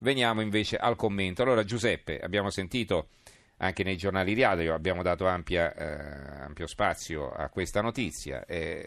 Veniamo invece al commento. Allora Giuseppe, abbiamo sentito anche nei giornali radio, abbiamo dato ampio spazio a questa notizia.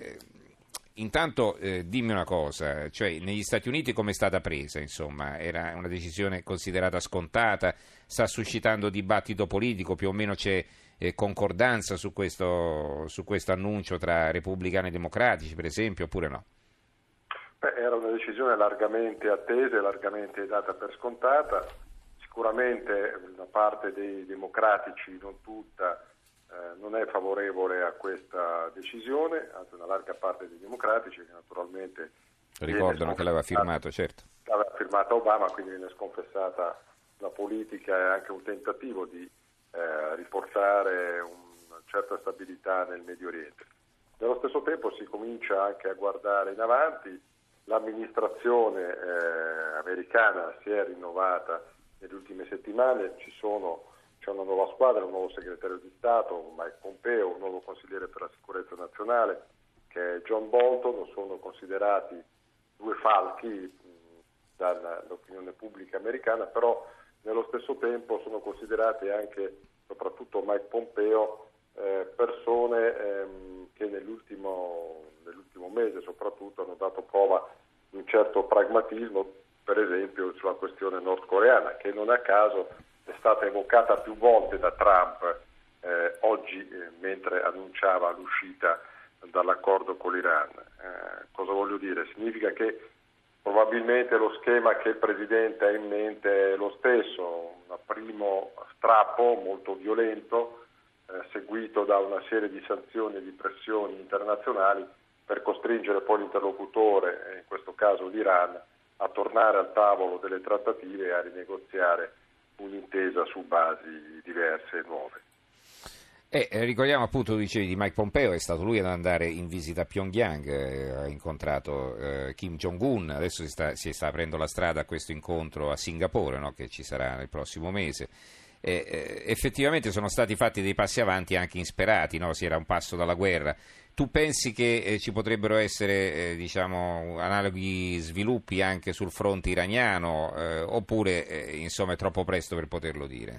Intanto dimmi una cosa, cioè negli Stati Uniti come è stata presa? Insomma, era una decisione considerata scontata, sta suscitando dibattito politico, più o meno c'è concordanza su questo annuncio tra repubblicani e democratici, per esempio, oppure no? Era una decisione largamente attesa e largamente data per scontata. Sicuramente una parte dei democratici, non tutta, non è favorevole a questa decisione, anzi una larga parte dei democratici che naturalmente ricordano che l'aveva firmato, certo. L'aveva firmata Obama, quindi viene sconfessata la politica e anche un tentativo di riportare una certa stabilità nel Medio Oriente. Nello stesso tempo si comincia anche a guardare in avanti. L'amministrazione americana si è rinnovata nelle ultime settimane, c'è una nuova squadra, un nuovo segretario di Stato, Mike Pompeo, un nuovo consigliere per la sicurezza nazionale che è John Bolton. Sono considerati due falchi dall'opinione pubblica americana, però nello stesso tempo sono considerati anche, soprattutto Mike Pompeo, persone che nell'ultimo mese soprattutto hanno dato prova di un certo pragmatismo, per esempio sulla questione nordcoreana, che non a caso è stata evocata più volte da Trump oggi mentre annunciava l'uscita dall'accordo con l'Iran. Cosa voglio dire? Significa che probabilmente lo schema che il Presidente ha in mente è lo stesso, un primo strappo molto violento, seguito da una serie di sanzioni e di pressioni internazionali per costringere poi l'interlocutore, in questo caso l'Iran, a tornare al tavolo delle trattative e a rinegoziare un'intesa su basi diverse e nuove. Ricordiamo appunto, tu dicevi di Mike Pompeo, è stato lui ad andare in visita a Pyongyang, ha incontrato Kim Jong-un, adesso si sta aprendo la strada a questo incontro a Singapore, no? Che ci sarà nel prossimo mese. Effettivamente sono stati fatti dei passi avanti anche insperati, no? Si era un passo dalla guerra. Tu pensi che ci potrebbero essere analoghi sviluppi anche sul fronte iraniano oppure insomma è troppo presto per poterlo dire?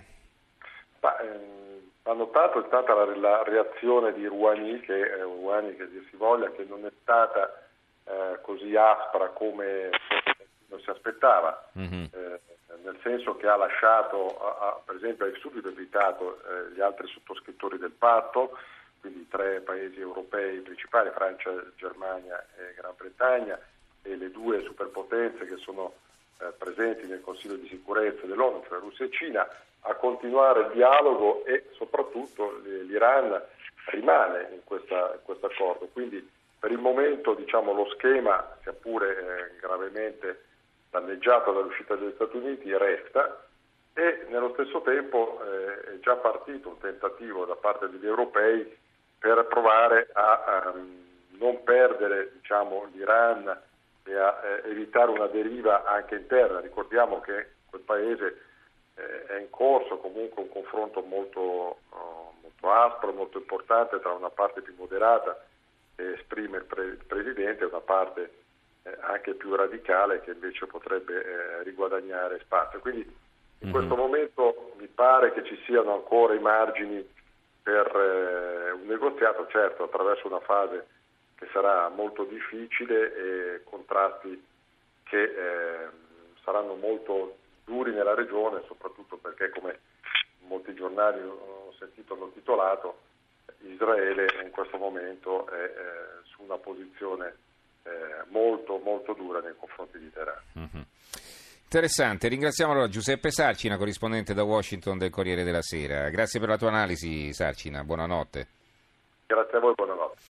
Va notato è stata la reazione di Rouhani, che dir si voglia, che non è stata così aspra come non si aspettava. Mm-hmm. Nel senso che ha lasciato, per esempio, ha subito invitato gli altri sottoscrittori del patto, quindi i 3 paesi europei principali, Francia, Germania e Gran Bretagna, e le 2 superpotenze che sono presenti nel Consiglio di sicurezza dell'ONU, cioè Russia e Cina, a continuare il dialogo, e soprattutto l'Iran rimane in questo accordo. Quindi per il momento lo schema, sia pure gravemente danneggiato dall'uscita degli Stati Uniti, resta, e nello stesso tempo è già partito un tentativo da parte degli europei per provare a non perdere l'Iran e a evitare una deriva anche interna. Ricordiamo che quel paese è in corso comunque un confronto molto aspro, molto importante tra una parte più moderata che esprime il Presidente e una parte anche più radicale che invece potrebbe riguadagnare spazio. Quindi in questo momento mi pare che ci siano ancora i margini per un negoziato, certo attraverso una fase che sarà molto difficile e contrasti che saranno molto duri nella regione, soprattutto perché, come molti giornali ho sentito hanno titolato, Israele in questo momento è su una posizione molto molto dura nei confronti di Teheran. Mm-hmm. Interessante, ringraziamo allora Giuseppe Sarcina, corrispondente da Washington del Corriere della Sera. Grazie per la tua analisi, Sarcina, buonanotte. Grazie a voi, buonanotte.